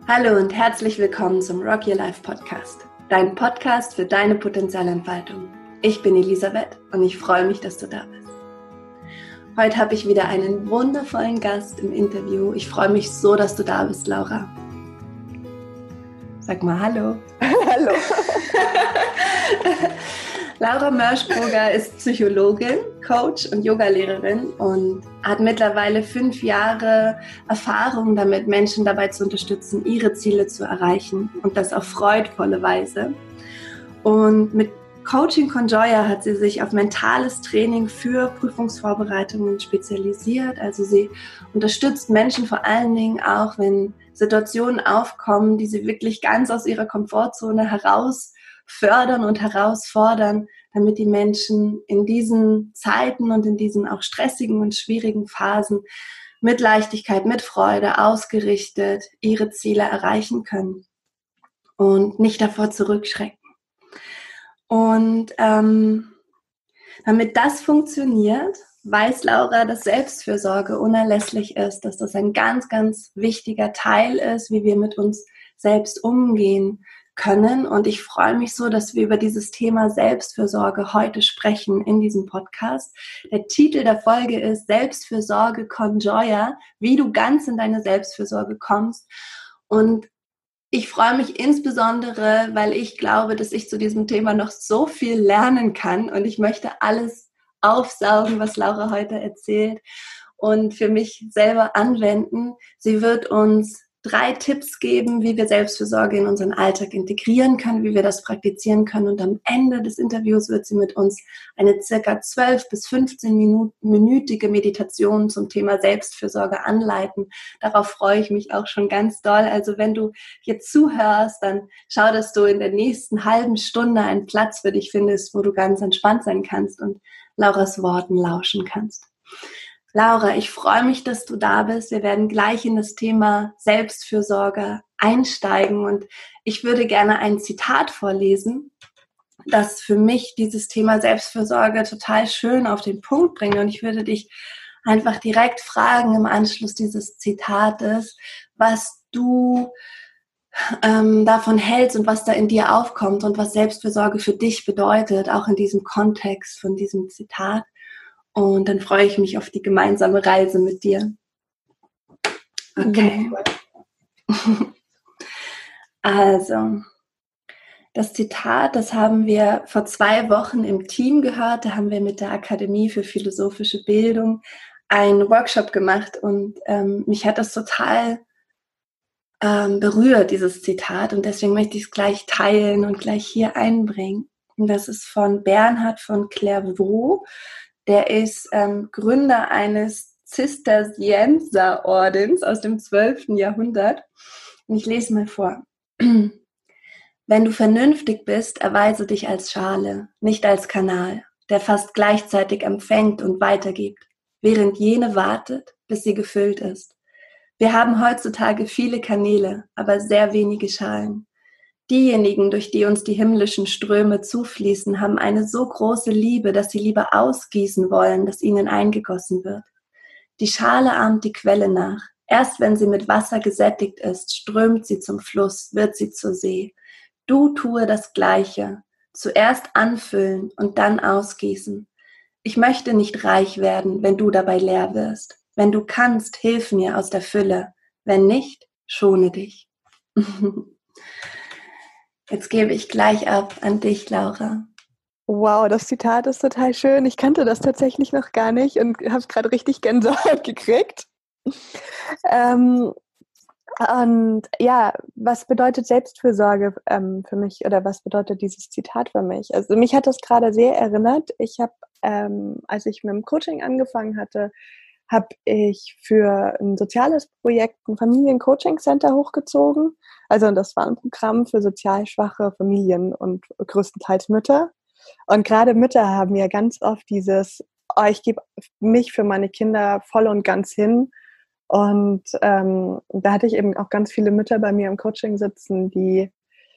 Hallo und herzlich willkommen zum Rock Your Life Podcast, dein Podcast für deine Potenzialentfaltung. Ich bin Elisabeth und ich freue mich, dass du da bist. Heute habe ich wieder einen wundervollen Gast im Interview. Ich freue mich so, dass du da bist, Laura. Sag mal Hallo. Hallo. Laura Mörschburger ist Psychologin, Coach und Yogalehrerin und hat mittlerweile 5 Jahre Erfahrung damit, Menschen dabei zu unterstützen, ihre Ziele zu erreichen und das auf freudvolle Weise. Und mit Coaching Conjoya hat sie sich auf mentales Training für Prüfungsvorbereitungen spezialisiert. Also sie unterstützt Menschen vor allen Dingen auch, wenn Situationen aufkommen, die sie wirklich ganz aus ihrer Komfortzone heraus fördern und herausfordern, damit die Menschen in diesen Zeiten und in diesen auch stressigen und schwierigen Phasen mit Leichtigkeit, mit Freude ausgerichtet ihre Ziele erreichen können und nicht davor zurückschrecken. Und damit das funktioniert, weiß Laura, dass Selbstfürsorge unerlässlich ist, dass das ein ganz, ganz wichtiger Teil ist, wie wir mit uns selbst umgehen können. Und ich freue mich so, dass wir über dieses Thema Selbstfürsorge heute sprechen in diesem Podcast. Der Titel der Folge ist Selbstfürsorge Conjoya, wie du ganz in deine Selbstfürsorge kommst. Und ich freue mich insbesondere, weil ich glaube, dass ich zu diesem Thema noch so viel lernen kann und ich möchte alles aufsaugen, was Laura heute erzählt und für mich selber anwenden. Sie wird uns 3 Tipps geben, wie wir Selbstfürsorge in unseren Alltag integrieren können, wie wir das praktizieren können. Und am Ende des Interviews wird sie mit uns eine circa 12 bis 15-minütige Meditation zum Thema Selbstfürsorge anleiten. Darauf freue ich mich auch schon ganz doll. Also wenn du jetzt zuhörst, dann schau, dass du in der nächsten halben Stunde einen Platz für dich findest, wo du ganz entspannt sein kannst und Lauras Worten lauschen kannst. Laura, ich freue mich, dass du da bist. Wir werden gleich in das Thema Selbstfürsorge einsteigen und ich würde gerne ein Zitat vorlesen, das für mich dieses Thema Selbstfürsorge total schön auf den Punkt bringt. Und ich würde dich einfach direkt fragen im Anschluss dieses Zitates, was du davon hältst und was da in dir aufkommt und was Selbstfürsorge für dich bedeutet, auch in diesem Kontext von diesem Zitat. Und dann freue ich mich auf die gemeinsame Reise mit dir. Okay. Also, das Zitat, das haben wir vor 2 Wochen im Team gehört. Da haben wir mit der Akademie für philosophische Bildung einen Workshop gemacht und mich hat das total berührt, dieses Zitat. Und deswegen möchte ich es gleich teilen und gleich hier einbringen. Und das ist von Bernhard von Clairvaux. Der ist Gründer eines Zisterzienserordens aus dem 12. Jahrhundert. Und ich lese mal vor. Wenn du vernünftig bist, erweise dich als Schale, nicht als Kanal, der fast gleichzeitig empfängt und weitergibt, während jene wartet, bis sie gefüllt ist. Wir haben heutzutage viele Kanäle, aber sehr wenige Schalen. Diejenigen, durch die uns die himmlischen Ströme zufließen, haben eine so große Liebe, dass sie lieber ausgießen wollen, das ihnen eingegossen wird. Die Schale ahmt die Quelle nach. Erst wenn sie mit Wasser gesättigt ist, strömt sie zum Fluss, wird sie zur See. Du tue das Gleiche. Zuerst anfüllen und dann ausgießen. Ich möchte nicht reich werden, wenn du dabei leer wirst. Wenn du kannst, hilf mir aus der Fülle. Wenn nicht, schone dich. Jetzt gebe ich gleich ab an dich, Laura. Wow, das Zitat ist total schön. Ich kannte das tatsächlich noch gar nicht und habe es gerade richtig Gänsehaut gekriegt. Und ja, was bedeutet Selbstfürsorge für mich oder was bedeutet dieses Zitat für mich? Also mich hat das gerade sehr erinnert. Ich habe, als ich mit dem Coaching angefangen hatte, habe ich für ein soziales Projekt ein Familien-Coaching-Center hochgezogen. Also das war ein Programm für sozial schwache Familien und größtenteils Mütter. Und gerade Mütter haben ja ganz oft dieses, oh, ich gebe mich für meine Kinder voll und ganz hin. Und da hatte ich eben auch ganz viele Mütter bei mir im Coaching sitzen, die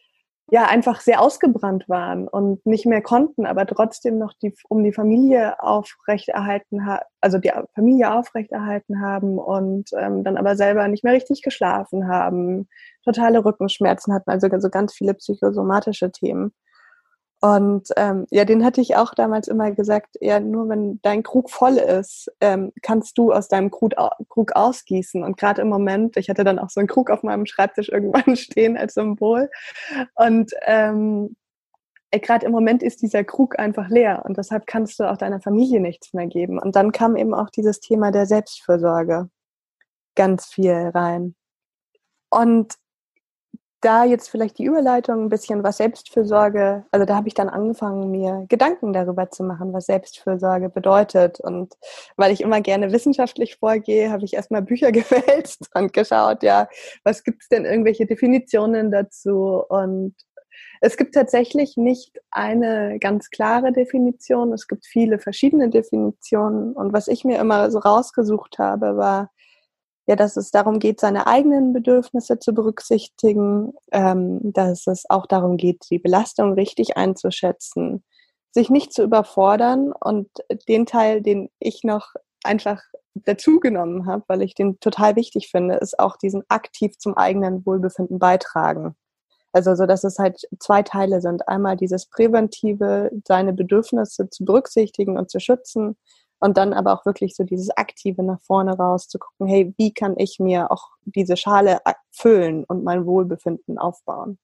ja einfach sehr ausgebrannt waren und nicht mehr konnten, aber trotzdem noch um die Familie aufrechterhalten also die Familie aufrechterhalten haben und dann aber selber nicht mehr richtig geschlafen haben, totale Rückenschmerzen hatten, also so ganz viele psychosomatische Themen. Und ja, den hatte ich auch damals immer gesagt, ja, nur wenn dein Krug voll ist, kannst du aus deinem Krug ausgießen. Und gerade im Moment, ich hatte dann auch so einen Krug auf meinem Schreibtisch irgendwann stehen als Symbol. Und gerade im Moment ist dieser Krug einfach leer und deshalb kannst du auch deiner Familie nichts mehr geben. Und dann kam eben auch dieses Thema der Selbstfürsorge ganz viel rein. Und da jetzt vielleicht die Überleitung ein bisschen, was Selbstfürsorge, also da habe ich dann angefangen, mir Gedanken darüber zu machen, was Selbstfürsorge bedeutet. Und weil ich immer gerne wissenschaftlich vorgehe, habe ich erstmal Bücher gewälzt und geschaut, ja, was gibt es denn irgendwelche Definitionen dazu? Und es gibt tatsächlich nicht eine ganz klare Definition. Es gibt viele verschiedene Definitionen. Und was ich mir immer so rausgesucht habe, war, ja, dass es darum geht, seine eigenen Bedürfnisse zu berücksichtigen, dass es auch darum geht, die Belastung richtig einzuschätzen, sich nicht zu überfordern und den Teil, den ich noch einfach dazugenommen habe, weil ich den total wichtig finde, ist auch diesen aktiv zum eigenen Wohlbefinden beitragen. Also so, dass es halt zwei Teile sind. Einmal dieses Präventive, seine Bedürfnisse zu berücksichtigen und zu schützen und dann aber auch wirklich so dieses Aktive nach vorne raus zu gucken, hey, wie kann ich mir auch diese Schale füllen und mein Wohlbefinden aufbauen?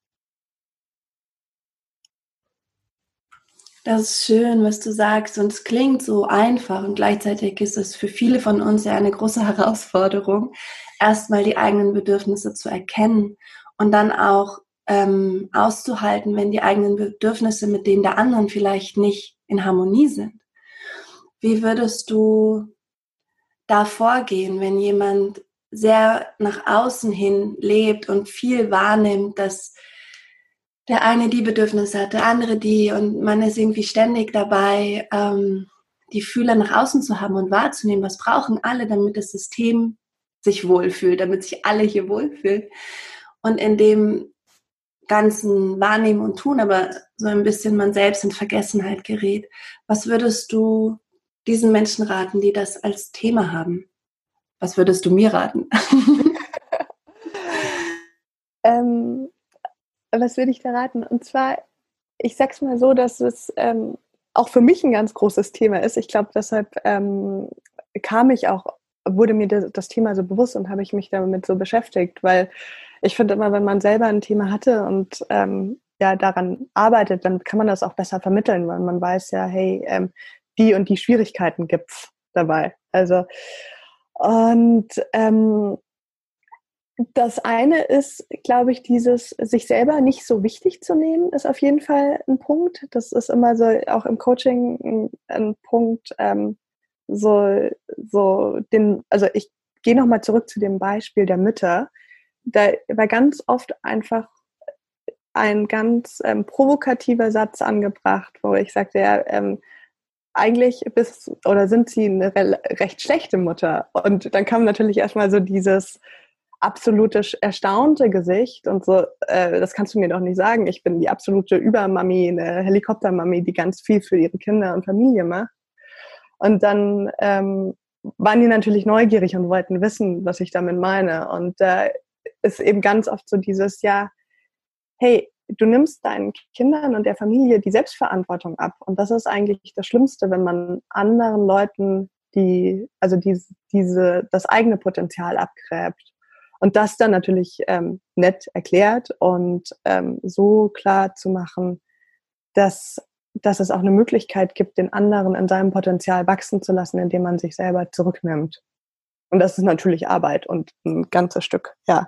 Das ist schön, was du sagst, und es klingt so einfach und gleichzeitig ist es für viele von uns ja eine große Herausforderung, erstmal die eigenen Bedürfnisse zu erkennen und dann auch auszuhalten, wenn die eigenen Bedürfnisse mit denen der anderen vielleicht nicht in Harmonie sind. Wie würdest du da vorgehen, wenn jemand sehr nach außen hin lebt und viel wahrnimmt, dass der eine die Bedürfnisse hat, der andere die und man ist irgendwie ständig dabei, die Fühler nach außen zu haben und wahrzunehmen, was brauchen alle, damit das System sich wohlfühlt, damit sich alle hier wohlfühlen. Und in dem ganzen Wahrnehmen und Tun, aber so ein bisschen man selbst in Vergessenheit gerät. Was würdest du diesen Menschen raten, die das als Thema haben? Was würdest du mir raten? Was würde ich da raten? Und zwar, ich sag's mal so, dass es auch für mich ein ganz großes Thema ist. Ich glaube, deshalb wurde mir das Thema so bewusst und habe ich mich damit so beschäftigt, weil ich finde immer, wenn man selber ein Thema hatte und ja daran arbeitet, dann kann man das auch besser vermitteln, weil man weiß ja, hey, die und die Schwierigkeiten gibt's dabei. Also und das eine ist, glaube ich, dieses sich selber nicht so wichtig zu nehmen, ist auf jeden Fall ein Punkt. Das ist immer so auch im Coaching ein Punkt, also ich gehe nochmal zurück zu dem Beispiel der Mütter. Da war ganz oft einfach ein ganz provokativer Satz angebracht, wo ich sagte, ja, eigentlich sind sie eine recht schlechte Mutter. Und dann kam natürlich erstmal so dieses absolute erstaunte Gesicht und so, das kannst du mir doch nicht sagen. Ich bin die absolute Übermami, eine Helikoptermami, die ganz viel für ihre Kinder und Familie macht. Und dann waren die natürlich neugierig und wollten wissen, was ich damit meine. Und da ist eben ganz oft so dieses, ja, hey, du nimmst deinen Kindern und der Familie die Selbstverantwortung ab. Und das ist eigentlich das Schlimmste, wenn man anderen Leuten das eigene Potenzial abgräbt. Und das dann natürlich nett erklärt und so klar zu machen, dass es auch eine Möglichkeit gibt, den anderen in seinem Potenzial wachsen zu lassen, indem man sich selber zurücknimmt. Und das ist natürlich Arbeit und ein ganzes Stück, ja.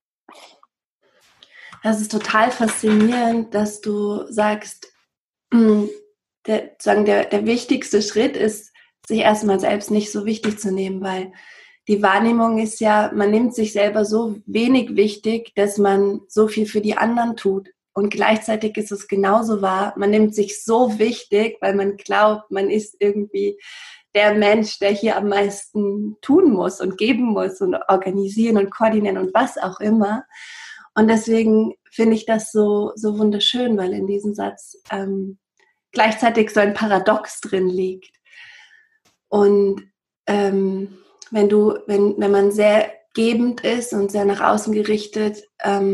Das ist total faszinierend, dass du sagst, der wichtigste Schritt ist, sich erstmal selbst nicht so wichtig zu nehmen, weil die Wahrnehmung ist ja, man nimmt sich selber so wenig wichtig, dass man so viel für die anderen tut. Und gleichzeitig ist es genauso wahr, man nimmt sich so wichtig, weil man glaubt, man ist irgendwie der Mensch, der hier am meisten tun muss und geben muss und organisieren und koordinieren und was auch immer. Und deswegen finde ich das so wunderschön, weil in diesem Satz gleichzeitig so ein Paradox drin liegt. Und wenn man sehr gebend ist und sehr nach außen gerichtet,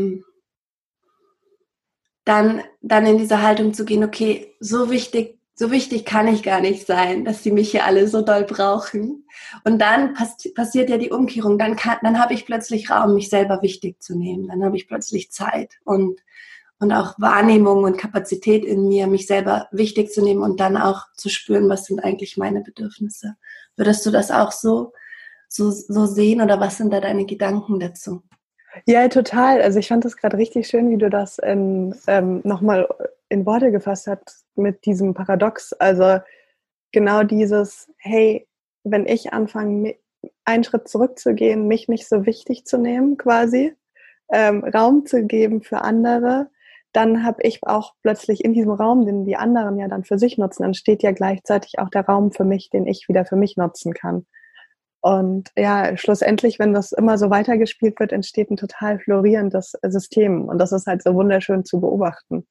dann in diese Haltung zu gehen, okay, so wichtig kann ich gar nicht sein, dass die mich hier alle so doll brauchen. Und dann passiert ja die Umkehrung. Dann habe ich plötzlich Raum, mich selber wichtig zu nehmen. Dann habe ich plötzlich Zeit und auch Wahrnehmung und Kapazität in mir, mich selber wichtig zu nehmen und dann auch zu spüren, was sind eigentlich meine Bedürfnisse. Würdest du das auch so sehen oder was sind da deine Gedanken dazu? Ja, total. Also ich fand das gerade richtig schön, wie du das nochmal in Worte gefasst hast mit diesem Paradox. Also genau dieses, hey, wenn ich anfange, einen Schritt zurückzugehen, mich nicht so wichtig zu nehmen quasi, Raum zu geben für andere, dann habe ich auch plötzlich in diesem Raum, den die anderen ja dann für sich nutzen, entsteht ja gleichzeitig auch der Raum für mich, den ich wieder für mich nutzen kann. Und ja, schlussendlich, wenn das immer so weitergespielt wird, entsteht ein total florierendes System. Und das ist halt so wunderschön zu beobachten.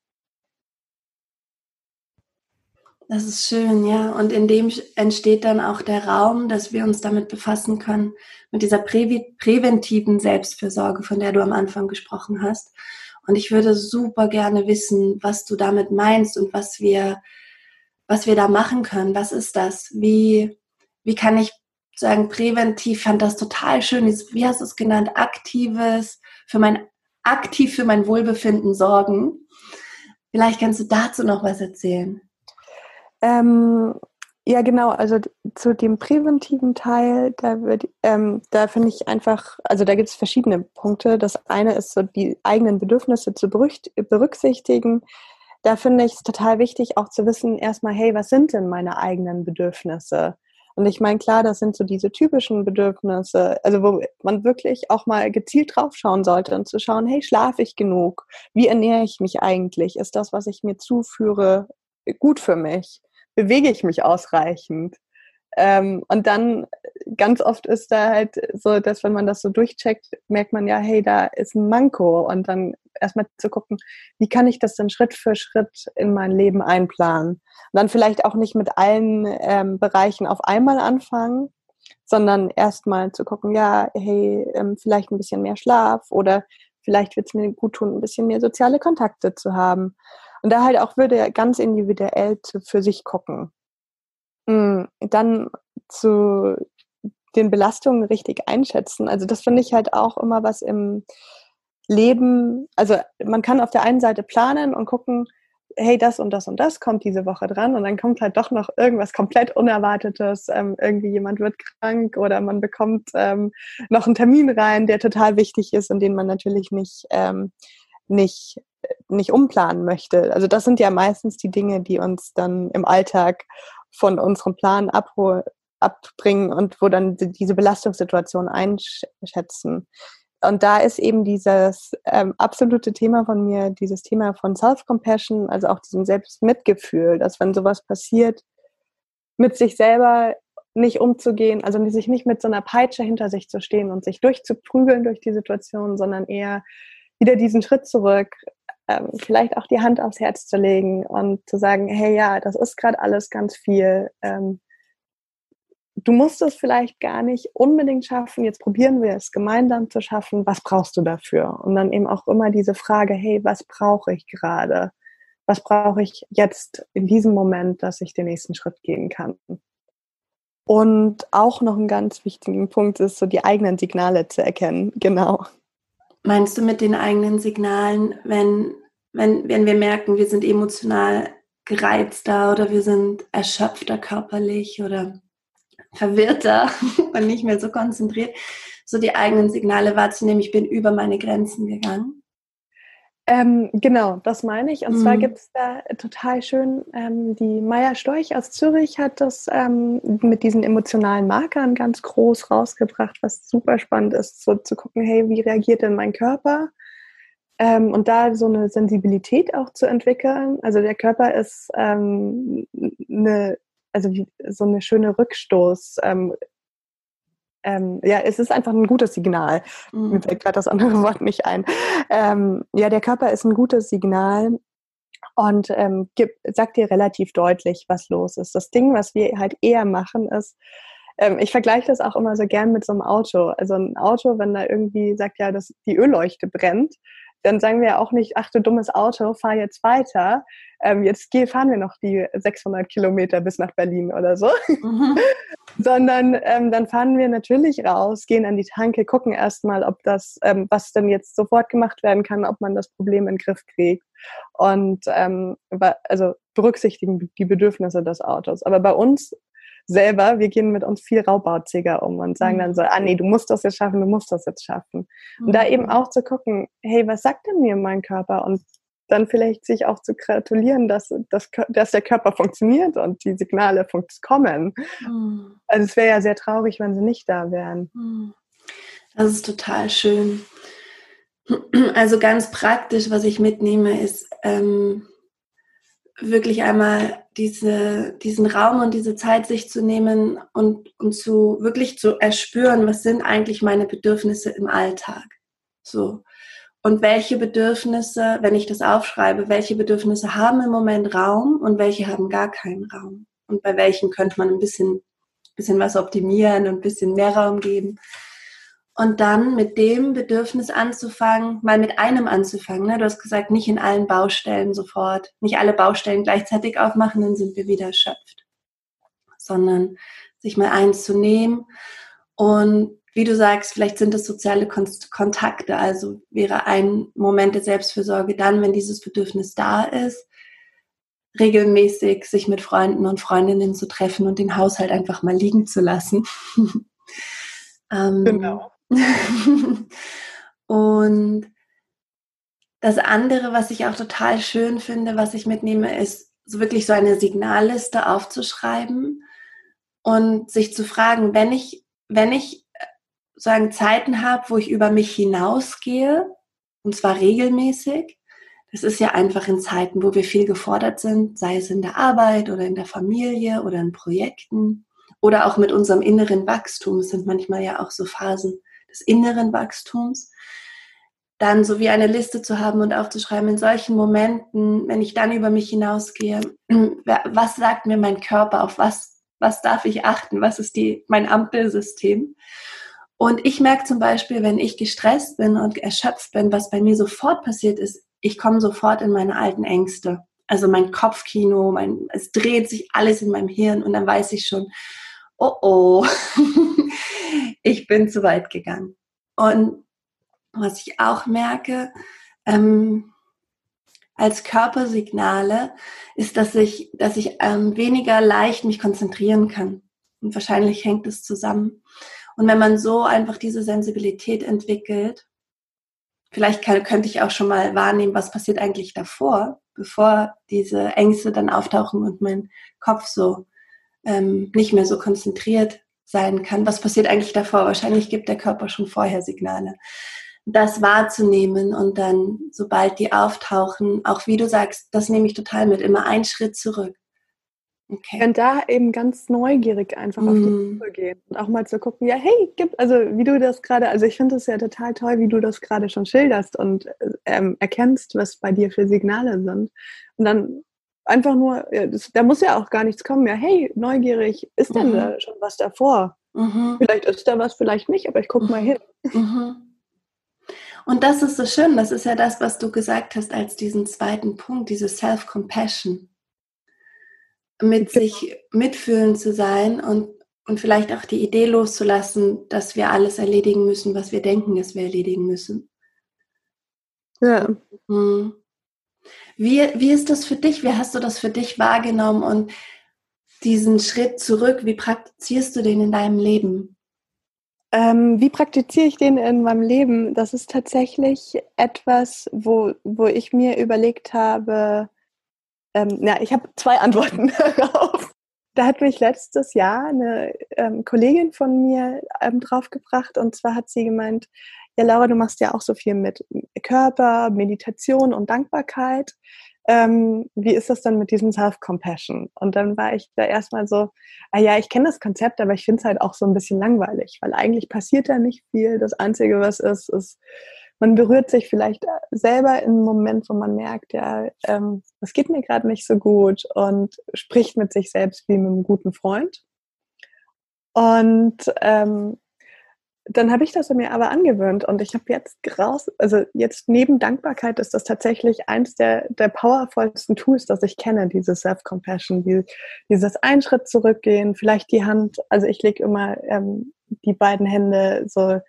Das ist schön, ja. Und in dem entsteht dann auch der Raum, dass wir uns damit befassen können, mit dieser präventiven Selbstfürsorge, von der du am Anfang gesprochen hast. Und ich würde super gerne wissen, was du damit meinst und was wir da machen können. Was ist das? Wie kann ich sagen, präventiv, fand das total schön, wie hast du es genannt, aktiv für mein Wohlbefinden sorgen. Vielleicht kannst du dazu noch was erzählen. Ja, genau, also zu dem präventiven Teil, da finde ich einfach, also da gibt es verschiedene Punkte. Das eine ist so, die eigenen Bedürfnisse zu berücksichtigen. Da finde ich es total wichtig, auch zu wissen, erstmal, hey, was sind denn meine eigenen Bedürfnisse? Und ich meine, klar, das sind so diese typischen Bedürfnisse, also wo man wirklich auch mal gezielt drauf schauen sollte und zu schauen, hey, schlafe ich genug? Wie ernähre ich mich eigentlich? Ist das, was ich mir zuführe, gut für mich? Bewege ich mich ausreichend? Und dann ganz oft ist da halt so, dass wenn man das so durchcheckt, merkt man ja, hey, da ist ein Manko. Und dann erstmal zu gucken, wie kann ich das denn Schritt für Schritt in mein Leben einplanen? Und dann vielleicht auch nicht mit allen Bereichen auf einmal anfangen, sondern erstmal zu gucken, ja, hey, vielleicht ein bisschen mehr Schlaf oder vielleicht wird es mir gut tun, ein bisschen mehr soziale Kontakte zu haben. Und da halt auch würde ganz individuell für sich gucken. Dann zu den Belastungen richtig einschätzen. Also das finde ich halt auch immer was im Leben. Also man kann auf der einen Seite planen und gucken, hey, das und das und das kommt diese Woche dran und dann kommt halt doch noch irgendwas komplett Unerwartetes. Irgendwie jemand wird krank oder man bekommt noch einen Termin rein, der total wichtig ist und den man natürlich nicht umplanen möchte. Also das sind ja meistens die Dinge, die uns dann im Alltag von unserem Plan abbringen und wo dann diese Belastungssituation einschätzen. Und da ist eben dieses absolute Thema von mir, dieses Thema von Self-Compassion, also auch diesem Selbstmitgefühl, dass wenn sowas passiert, mit sich selber nicht umzugehen, also sich nicht mit so einer Peitsche hinter sich zu stehen und sich durchzuprügeln durch die Situation, sondern eher wieder diesen Schritt zurück, vielleicht auch die Hand aufs Herz zu legen und zu sagen, hey, ja, das ist gerade alles ganz viel. Du musst es vielleicht gar nicht unbedingt schaffen, jetzt probieren wir es gemeinsam zu schaffen, was brauchst du dafür? Und dann eben auch immer diese Frage, hey, was brauche ich gerade? Was brauche ich jetzt in diesem Moment, dass ich den nächsten Schritt gehen kann? Und auch noch ein ganz wichtiger Punkt ist, so die eigenen Signale zu erkennen. Genau. Meinst du mit den eigenen Signalen, wenn wir merken, wir sind emotional gereizter oder wir sind erschöpfter körperlich oder verwirrter und nicht mehr so konzentriert, so die eigenen Signale wahrzunehmen, ich bin über meine Grenzen gegangen? Genau, das meine ich. Und zwar gibt es da total schön, die Maya Storch aus Zürich hat das mit diesen emotionalen Markern ganz groß rausgebracht, was super spannend ist, so zu gucken, hey, wie reagiert denn mein Körper? Und da so eine Sensibilität auch zu entwickeln. Also der Körper ist so eine schöne ja, es ist einfach ein gutes Signal. Mir fällt gerade das andere Wort nicht ein. Ja, der Körper ist ein gutes Signal und sagt dir relativ deutlich, was los ist. Das Ding, was wir halt eher machen, ist, ich vergleiche das auch immer so gern mit so einem Auto. Also ein Auto, wenn da irgendwie sagt, ja, dass die Ölleuchte brennt, dann sagen wir auch nicht, ach du dummes Auto, fahr jetzt weiter. Fahren wir noch die 600 Kilometer bis nach Berlin oder so. Mhm. Sondern dann fahren wir natürlich raus, gehen an die Tanke, gucken erstmal, ob das, was denn jetzt sofort gemacht werden kann, ob man das Problem in den Griff kriegt. Und also berücksichtigen die Bedürfnisse des Autos. Aber bei uns selber, wir gehen mit uns viel raubauziger um und sagen dann so, nee, du musst das jetzt schaffen, du musst das jetzt schaffen. Und da eben auch zu gucken, hey, was sagt denn mir mein Körper? Und dann vielleicht sich auch zu gratulieren, dass der Körper funktioniert und die Signale kommen. Also es wäre ja sehr traurig, wenn sie nicht da wären. Das ist total schön. Also ganz praktisch, was ich mitnehme, ist wirklich einmal diesen Raum und diese Zeit sich zu nehmen und wirklich zu erspüren, was sind eigentlich meine Bedürfnisse im Alltag. So. Und welche Bedürfnisse, wenn ich das aufschreibe, welche Bedürfnisse haben im Moment Raum und welche haben gar keinen Raum? Und bei welchen könnte man ein bisschen was optimieren und ein bisschen mehr Raum geben? Und dann mit dem Bedürfnis anzufangen, mal mit einem anzufangen. Ne? Du hast gesagt, nicht in allen Baustellen sofort, nicht alle Baustellen gleichzeitig aufmachen, dann sind wir wieder erschöpft. Sondern sich mal eins zu nehmen und wie du sagst, vielleicht sind es soziale Kontakte, also wäre ein Moment der Selbstfürsorge dann, wenn dieses Bedürfnis da ist, regelmäßig sich mit Freunden und Freundinnen zu treffen und den Haushalt einfach mal liegen zu lassen. Genau. Und das andere, was ich auch total schön finde, was ich mitnehme, ist so wirklich so eine Signalliste aufzuschreiben und sich zu fragen, wenn ich sagen Zeiten habe, wo ich über mich hinausgehe, und zwar regelmäßig. Das ist ja einfach in Zeiten, wo wir viel gefordert sind, sei es in der Arbeit oder in der Familie oder in Projekten oder auch mit unserem inneren Wachstum. Es sind manchmal ja auch so Phasen des inneren Wachstums. Dann so wie eine Liste zu haben und aufzuschreiben, in solchen Momenten, wenn ich dann über mich hinausgehe, was sagt mir mein Körper, auf was darf ich achten, was ist mein Ampelsystem? Und ich merke zum Beispiel, wenn ich gestresst bin und erschöpft bin, was bei mir sofort passiert ist, ich komme sofort in meine alten Ängste. Also mein Kopfkino, es dreht sich alles in meinem Hirn und dann weiß ich schon, oh, ich bin zu weit gegangen. Und was ich auch merke, als Körpersignale, ist, dass ich weniger leicht mich konzentrieren kann. Und wahrscheinlich hängt es zusammen. Und wenn man so einfach diese Sensibilität entwickelt, vielleicht könnte ich auch schon mal wahrnehmen, was passiert eigentlich davor, bevor diese Ängste dann auftauchen und mein Kopf so nicht mehr so konzentriert sein kann. Was passiert eigentlich davor? Wahrscheinlich gibt der Körper schon vorher Signale. Das wahrzunehmen und dann, sobald die auftauchen, auch wie du sagst, das nehme ich total mit, immer einen Schritt zurück. Okay. Und da eben ganz neugierig einfach auf die Suche gehen und auch mal zu gucken, ja, hey, also wie du das gerade, also ich finde es ja total toll, wie du das gerade schon schilderst und erkennst, was bei dir für Signale sind. Und dann einfach nur, da muss ja auch gar nichts kommen, ja, hey, neugierig, ist denn da schon was davor? Vielleicht ist da was, vielleicht nicht, aber ich gucke mal hin. Und das ist so schön, das ist ja das, was du gesagt hast als diesen zweiten Punkt, diese Self-Compassion. Mit sich mitfühlen zu sein und vielleicht auch die Idee loszulassen, dass wir alles erledigen müssen, was wir denken, dass wir erledigen müssen. Ja. Wie ist das für dich? Wie hast du das für dich wahrgenommen und diesen Schritt zurück, wie praktizierst du den in deinem Leben? Wie praktiziere ich den in meinem Leben? Das ist tatsächlich etwas, wo ich mir überlegt habe, ich habe 2 Antworten darauf. Da hat mich letztes Jahr eine Kollegin von mir draufgebracht und zwar hat sie gemeint, ja Laura, du machst ja auch so viel mit Körper, Meditation und Dankbarkeit. wie ist das dann mit diesem Self-Compassion? Und dann war ich da erstmal so, ja, ich kenne das Konzept, aber ich finde es halt auch so ein bisschen langweilig, weil eigentlich passiert da nicht viel. Das Einzige, was ist, man berührt sich vielleicht selber in einem Moment, wo man merkt, ja, das geht mir gerade nicht so gut und spricht mit sich selbst wie mit einem guten Freund. Und dann habe ich das mir aber angewöhnt und ich habe jetzt neben Dankbarkeit ist das tatsächlich eins der powervollsten Tools, das ich kenne, dieses Self-Compassion, dieses einen Schritt zurückgehen, vielleicht die Hand, also ich lege immer die beiden Hände so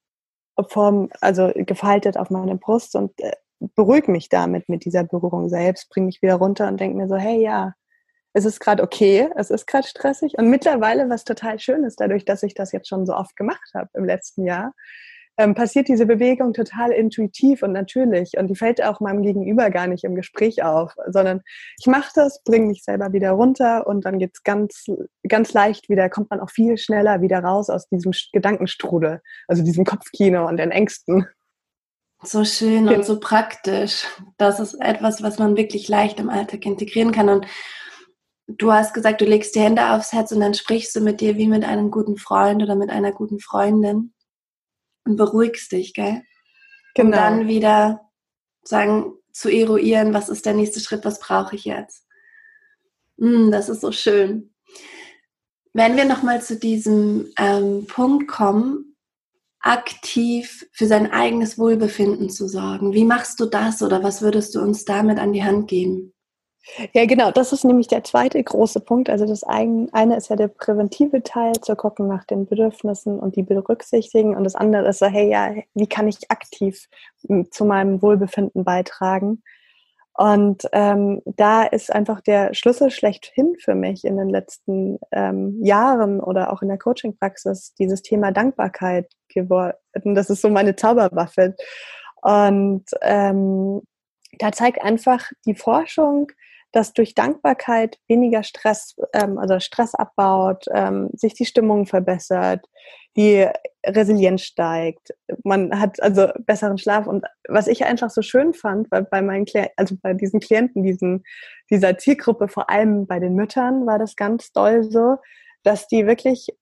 also gefaltet auf meine Brust und beruhige mich damit mit dieser Berührung selbst, bringe mich wieder runter und denke mir so, hey, ja, es ist gerade okay, es ist gerade stressig und mittlerweile, was total schön ist, dadurch, dass ich das jetzt schon so oft gemacht habe im letzten Jahr, passiert diese Bewegung total intuitiv und natürlich und die fällt auch meinem Gegenüber gar nicht im Gespräch auf, sondern ich mache das, bringe mich selber wieder runter und dann geht's ganz, ganz leicht wieder, kommt man auch viel schneller wieder raus aus diesem Gedankenstrudel, also diesem Kopfkino und den Ängsten. So schön und so praktisch. Das ist etwas, was man wirklich leicht im Alltag integrieren kann. Und du hast gesagt, du legst die Hände aufs Herz und dann sprichst du mit dir wie mit einem guten Freund oder mit einer guten Freundin und beruhigst dich, gell? Genau. Um dann wieder zu eruieren, was ist der nächste Schritt, was brauche ich jetzt? Das ist so schön. Wenn wir nochmal zu diesem Punkt kommen, aktiv für sein eigenes Wohlbefinden zu sorgen. Wie machst du das oder was würdest du uns damit an die Hand geben? Ja, genau, das ist nämlich der zweite große Punkt. Also das eine ist ja der präventive Teil, zu gucken nach den Bedürfnissen und die berücksichtigen. Und das andere ist so, hey, ja, wie kann ich aktiv zu meinem Wohlbefinden beitragen? Und da ist einfach der Schlüssel schlechthin für mich in den letzten Jahren oder auch in der Coaching-Praxis dieses Thema Dankbarkeit geworden. Das ist so meine Zauberwaffe. Und da zeigt einfach die Forschung, dass durch Dankbarkeit weniger Stress, also Stress abbaut, sich die Stimmung verbessert, die Resilienz steigt, man hat also besseren Schlaf. Und was ich einfach so schön fand, weil bei meinen also bei diesen Klienten, dieser Zielgruppe, vor allem bei den Müttern, war das ganz doll so, dass die wirklich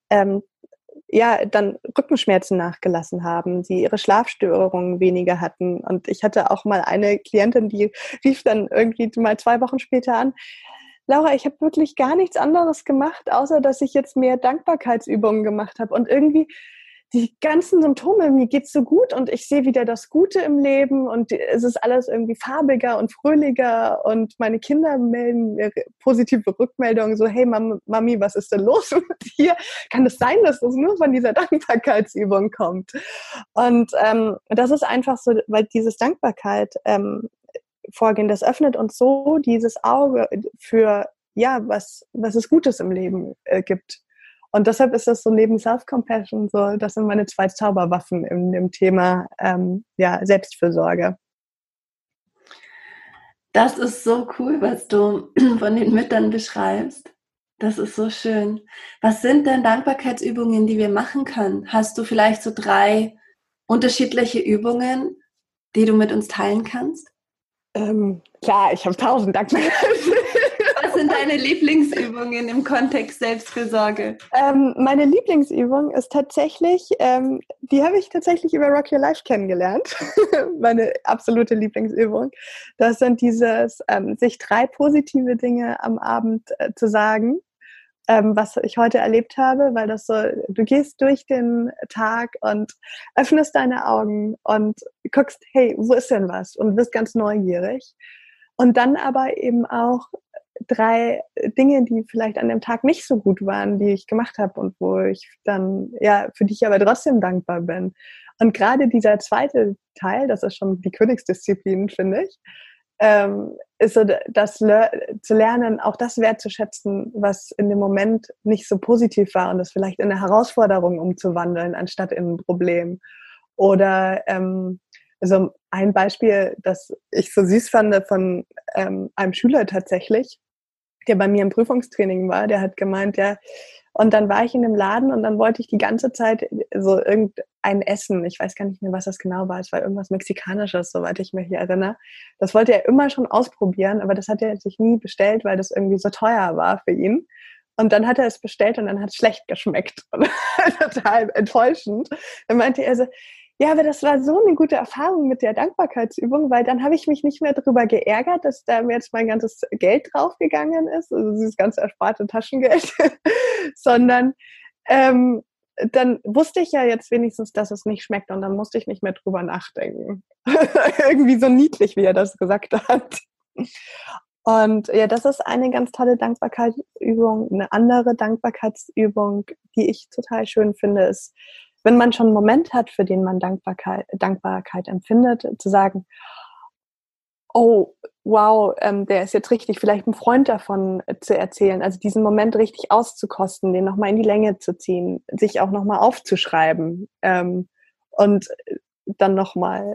dann Rückenschmerzen nachgelassen haben, sie ihre Schlafstörungen weniger hatten. Und ich hatte auch mal eine Klientin, die rief dann irgendwie mal 2 Wochen später an: Laura, ich habe wirklich gar nichts anderes gemacht, außer dass ich jetzt mehr Dankbarkeitsübungen gemacht habe. Und irgendwie die ganzen Symptome, mir geht's so gut und ich sehe wieder das Gute im Leben und es ist alles irgendwie farbiger und fröhlicher und meine Kinder melden mir positive Rückmeldungen, so, hey Mami, was ist denn los mit dir? Kann es sein, dass das nur von dieser Dankbarkeitsübung kommt? Und das ist einfach so, weil dieses Dankbarkeit Vorgehen, das öffnet uns so dieses Auge für, ja, was es Gutes im Leben gibt. Und deshalb ist das so neben Self-Compassion so, das sind meine 2 Zauberwaffen im Thema Selbstfürsorge. Das ist so cool, was du von den Müttern beschreibst. Das ist so schön. Was sind denn Dankbarkeitsübungen, die wir machen können? Hast du vielleicht so 3 unterschiedliche Übungen, die du mit uns teilen kannst? Klar, ich habe 1000 Dankbarkeitsübungen. Was sind deine Lieblingsübungen im Kontext Selbstfürsorge? Meine Lieblingsübung ist tatsächlich, die habe ich tatsächlich über Rock Your Life kennengelernt. Meine absolute Lieblingsübung. Das sind sich 3 positive Dinge am Abend zu sagen, was ich heute erlebt habe, weil das so, du gehst durch den Tag und öffnest deine Augen und guckst, hey, wo ist denn was? Und bist ganz neugierig. Und dann aber eben auch 3 Dinge, die vielleicht an dem Tag nicht so gut waren, die ich gemacht habe und wo ich dann, für die ich aber trotzdem dankbar bin. Und gerade dieser zweite Teil, das ist schon die Königsdisziplin, finde ich, ist so, zu lernen, auch das wertzuschätzen, was in dem Moment nicht so positiv war und das vielleicht in eine Herausforderung umzuwandeln, anstatt in ein Problem. Oder also ein Beispiel, das ich so süß fand von einem Schüler tatsächlich, der bei mir im Prüfungstraining war, der hat gemeint, Und dann war ich in dem Laden und dann wollte ich die ganze Zeit so irgendein Essen. Ich weiß gar nicht mehr, was das genau war. Es war irgendwas Mexikanisches, soweit ich mich hier erinnere. Das wollte er immer schon ausprobieren, aber das hat er sich nie bestellt, weil das irgendwie so teuer war für ihn. Und dann hat er es bestellt und dann hat es schlecht geschmeckt. Und total enttäuschend. Dann meinte er so, ja, aber das war so eine gute Erfahrung mit der Dankbarkeitsübung, weil dann habe ich mich nicht mehr darüber geärgert, dass da mir jetzt mein ganzes Geld draufgegangen ist, also dieses ganze ersparte Taschengeld, sondern dann wusste ich ja jetzt wenigstens, dass es nicht schmeckt und dann musste ich nicht mehr drüber nachdenken. Irgendwie so niedlich, wie er das gesagt hat. Und ja, das ist eine ganz tolle Dankbarkeitsübung. Eine andere Dankbarkeitsübung, die ich total schön finde, ist, wenn man schon einen Moment hat, für den man Dankbarkeit empfindet, zu sagen, oh, wow, der ist jetzt richtig, vielleicht ein Freund davon zu erzählen, also diesen Moment richtig auszukosten, den nochmal in die Länge zu ziehen, sich auch nochmal aufzuschreiben und dann nochmal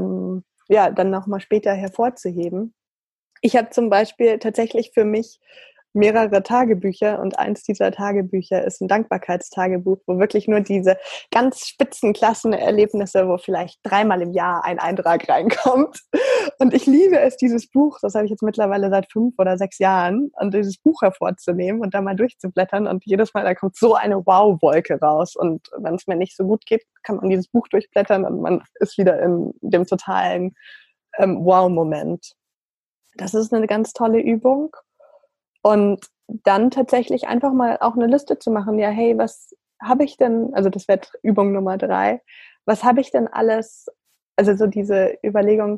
später hervorzuheben. Ich habe zum Beispiel tatsächlich für mich mehrere Tagebücher und eins dieser Tagebücher ist ein Dankbarkeitstagebuch, wo wirklich nur diese ganz Spitzenklassenerlebnisse, wo vielleicht 3-mal im Jahr ein Eintrag reinkommt. Und ich liebe es, dieses Buch, das habe ich jetzt mittlerweile seit 5 oder 6 Jahren, und dieses Buch hervorzunehmen und da mal durchzublättern und jedes Mal, da kommt so eine Wow-Wolke raus und wenn es mir nicht so gut geht, kann man dieses Buch durchblättern und man ist wieder in dem totalen Wow-Moment. Das ist eine ganz tolle Übung. Und dann tatsächlich einfach mal auch eine Liste zu machen. Ja, hey, was habe ich denn, also das wäre Übung Nummer 3, was habe ich denn alles, also so diese Überlegung,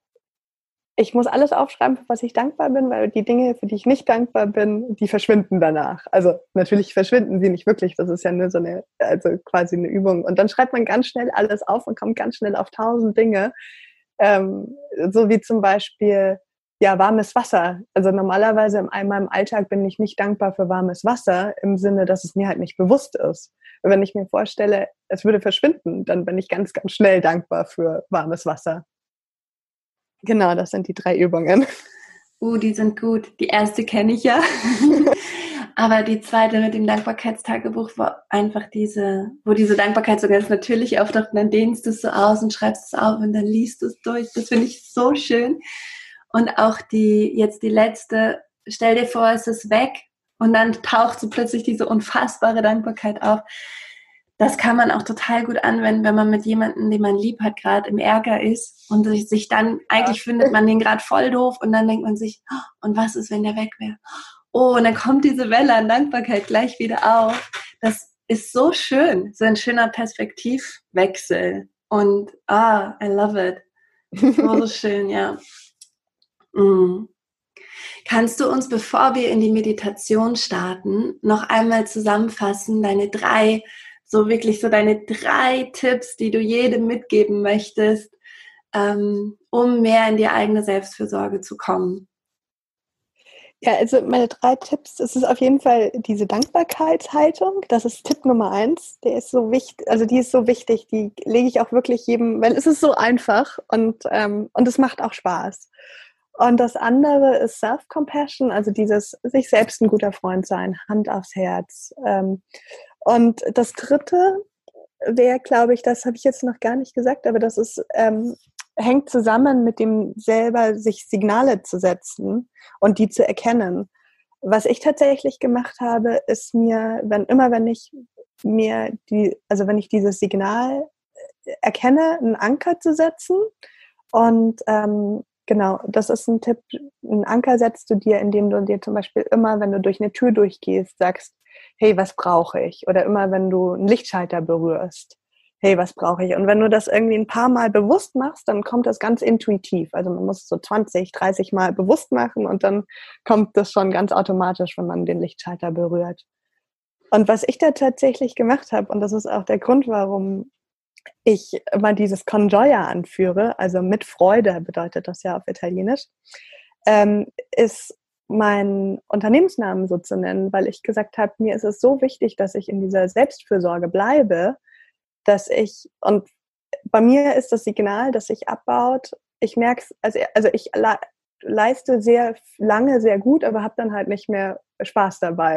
ich muss alles aufschreiben, für was ich dankbar bin, weil die Dinge, für die ich nicht dankbar bin, die verschwinden danach. Also natürlich verschwinden sie nicht wirklich, das ist ja nur so also quasi eine Übung. Und dann schreibt man ganz schnell alles auf und kommt ganz schnell auf 1000 Dinge. So wie zum Beispiel, ja, warmes Wasser. Also normalerweise in meinem Alltag bin ich nicht dankbar für warmes Wasser, im Sinne, dass es mir halt nicht bewusst ist. Und wenn ich mir vorstelle, es würde verschwinden, dann bin ich ganz, ganz schnell dankbar für warmes Wasser. Genau, das sind die 3 Übungen. Die sind gut. Die erste kenne ich ja. Aber die zweite mit dem Dankbarkeitstagebuch war einfach wo diese Dankbarkeit so ganz natürlich auftaucht und dann dehnst du es so aus und schreibst es auf und dann liest du es durch. Das finde ich so schön. Und auch die letzte, stell dir vor, es ist weg und dann taucht so plötzlich diese unfassbare Dankbarkeit auf. Das kann man auch total gut anwenden, wenn man mit jemandem, den man lieb hat, gerade im Ärger ist und sich dann, eigentlich findet man den gerade voll doof und dann denkt man sich, und was ist, wenn der weg wäre? Oh, und dann kommt diese Welle an Dankbarkeit gleich wieder auf. Das ist so schön, so ein schöner Perspektivwechsel. Und I love it. So schön, ja. Mhm. Kannst du uns, bevor wir in die Meditation starten, noch einmal zusammenfassen, deine 3 Tipps, die du jedem mitgeben möchtest, um mehr in die eigene Selbstfürsorge zu kommen? Ja, also meine 3 Tipps, es ist auf jeden Fall diese Dankbarkeitshaltung. Das ist Tipp Nummer 1. Der ist so wichtig, also die ist so wichtig, die lege ich auch wirklich jedem, weil es ist so einfach und es macht auch Spaß. Und das andere ist Self-Compassion, also dieses sich selbst ein guter Freund sein, Hand aufs Herz. Und das dritte wäre, glaube ich, das habe ich jetzt noch gar nicht gesagt, aber das ist hängt zusammen mit dem selber sich Signale zu setzen und die zu erkennen. Was ich tatsächlich gemacht habe, ist wenn ich dieses Signal erkenne, einen Anker zu setzen. Und genau, das ist ein Tipp. Einen Anker setzt du dir, indem du dir zum Beispiel immer, wenn du durch eine Tür durchgehst, sagst, hey, was brauche ich? Oder immer, wenn du einen Lichtschalter berührst, hey, was brauche ich? Und wenn du das irgendwie ein paar Mal bewusst machst, dann kommt das ganz intuitiv. Also man muss es so 20, 30 Mal bewusst machen und dann kommt das schon ganz automatisch, wenn man den Lichtschalter berührt. Und was ich da tatsächlich gemacht habe, und das ist auch der Grund, warum ich immer dieses con gioia anführe, also mit Freude bedeutet das ja auf Italienisch, ist meinen Unternehmensnamen so zu nennen, weil ich gesagt habe, mir ist es so wichtig, dass ich in dieser Selbstfürsorge bleibe, und bei mir ist das Signal, dass sich abbaut, ich merke es, also ich leiste sehr lange sehr gut, aber habe dann halt nicht mehr Spaß dabei.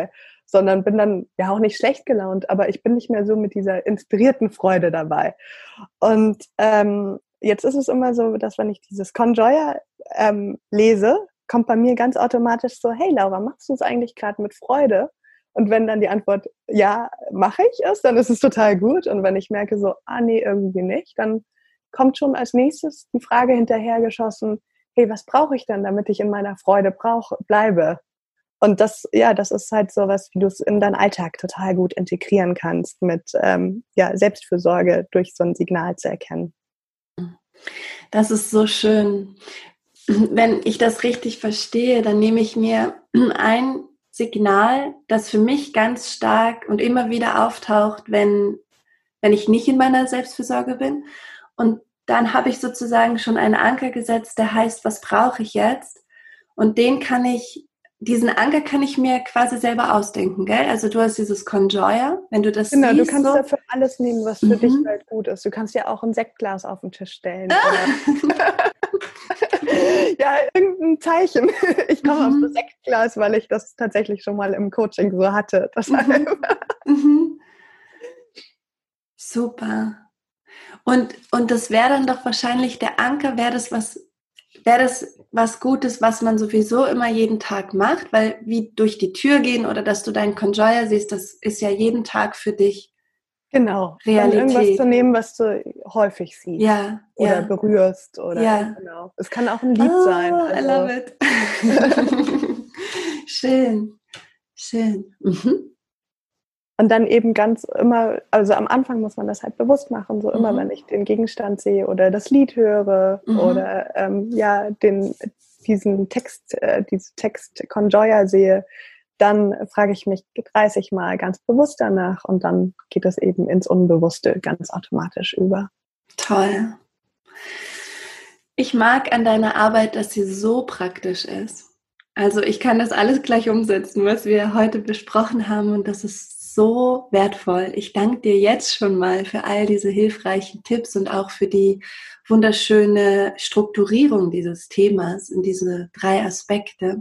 sondern bin dann ja auch nicht schlecht gelaunt, aber ich bin nicht mehr so mit dieser inspirierten Freude dabei. Und jetzt ist es immer so, dass wenn ich dieses Conjoya lese, kommt bei mir ganz automatisch so, hey Laura, machst du es eigentlich gerade mit Freude? Und wenn dann die Antwort, ja, mache ich es, dann ist es total gut. Und wenn ich merke so, nee, irgendwie nicht, dann kommt schon als nächstes die Frage hinterhergeschossen, hey, was brauche ich denn, damit ich in meiner Freude bleibe? Und das, ja, das ist halt so was, wie du es in deinen Alltag total gut integrieren kannst, mit Selbstfürsorge durch so ein Signal zu erkennen. Das ist so schön. Wenn ich das richtig verstehe, dann nehme ich mir ein Signal, das für mich ganz stark und immer wieder auftaucht, wenn ich nicht in meiner Selbstfürsorge bin. Und dann habe ich sozusagen schon einen Anker gesetzt, der heißt, was brauche ich jetzt? Und diesen Anker kann ich mir quasi selber ausdenken, gell? Also du hast dieses Conjoya, wenn du das genau, siehst. Du kannst so, dafür alles nehmen, was für dich halt gut ist. Du kannst ja auch ein Sektglas auf den Tisch stellen. Oder ja, irgendein Zeichen. Ich komme auf das Sektglas, weil ich das tatsächlich schon mal im Coaching so hatte. Super. Und das wäre dann doch wahrscheinlich der Anker, wäre das was Gutes, was man sowieso immer jeden Tag macht, weil wie durch die Tür gehen oder dass du deinen Conjoya siehst, das ist ja jeden Tag für dich genau. Realität. Dann irgendwas zu nehmen, was du häufig siehst. Ja. Oder berührst. Oder ja. Genau. Es kann auch ein Lied sein. Also. I love it. Schön. Schön. Und dann eben ganz immer, also am Anfang muss man das halt bewusst machen, so immer, wenn ich den Gegenstand sehe oder das Lied höre oder diesen Text, diese Text-Conjoya sehe, dann frage ich mich 30 Mal ganz bewusst danach und dann geht es eben ins Unbewusste ganz automatisch über. Toll. Ich mag an deiner Arbeit, dass sie so praktisch ist. Also ich kann das alles gleich umsetzen, was wir heute besprochen haben und das ist so wertvoll. Ich danke dir jetzt schon mal für all diese hilfreichen Tipps und auch für die wunderschöne Strukturierung dieses Themas in diese 3 Aspekte.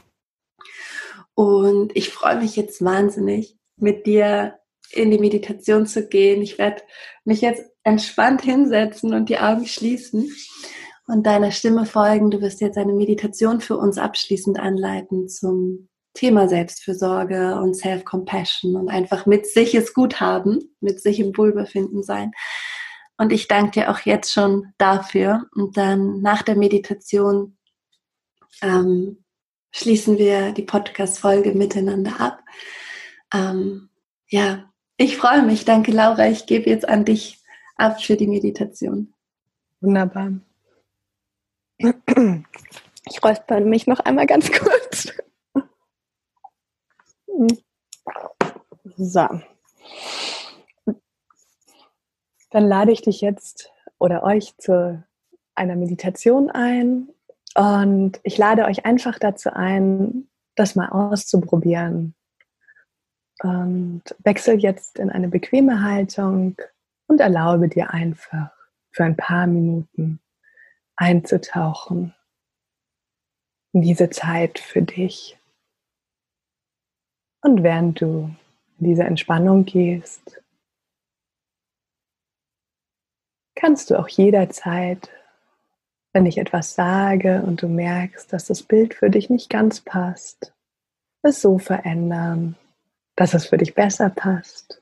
Und ich freue mich jetzt wahnsinnig, mit dir in die Meditation zu gehen. Ich werde mich jetzt entspannt hinsetzen und die Augen schließen und deiner Stimme folgen. Du wirst jetzt eine Meditation für uns abschließend anleiten zum Thema Selbstfürsorge und Self-Compassion und einfach mit sich es gut haben, mit sich im Wohlbefinden sein. Und ich danke dir auch jetzt schon dafür. Und dann nach der Meditation schließen wir die Podcast-Folge miteinander ab. Ich freue mich. Danke, Laura. Ich gebe jetzt an dich ab für die Meditation. Wunderbar. Ich räusper mich noch einmal ganz kurz. So. Dann lade ich dich jetzt oder euch zu einer Meditation ein und ich lade euch einfach dazu ein, das mal auszuprobieren. Und wechsel jetzt in eine bequeme Haltung und erlaube dir einfach für ein paar Minuten einzutauchen in diese Zeit für dich. Und während du in diese Entspannung gehst, kannst du auch jederzeit, wenn ich etwas sage und du merkst, dass das Bild für dich nicht ganz passt, es so verändern, dass es für dich besser passt.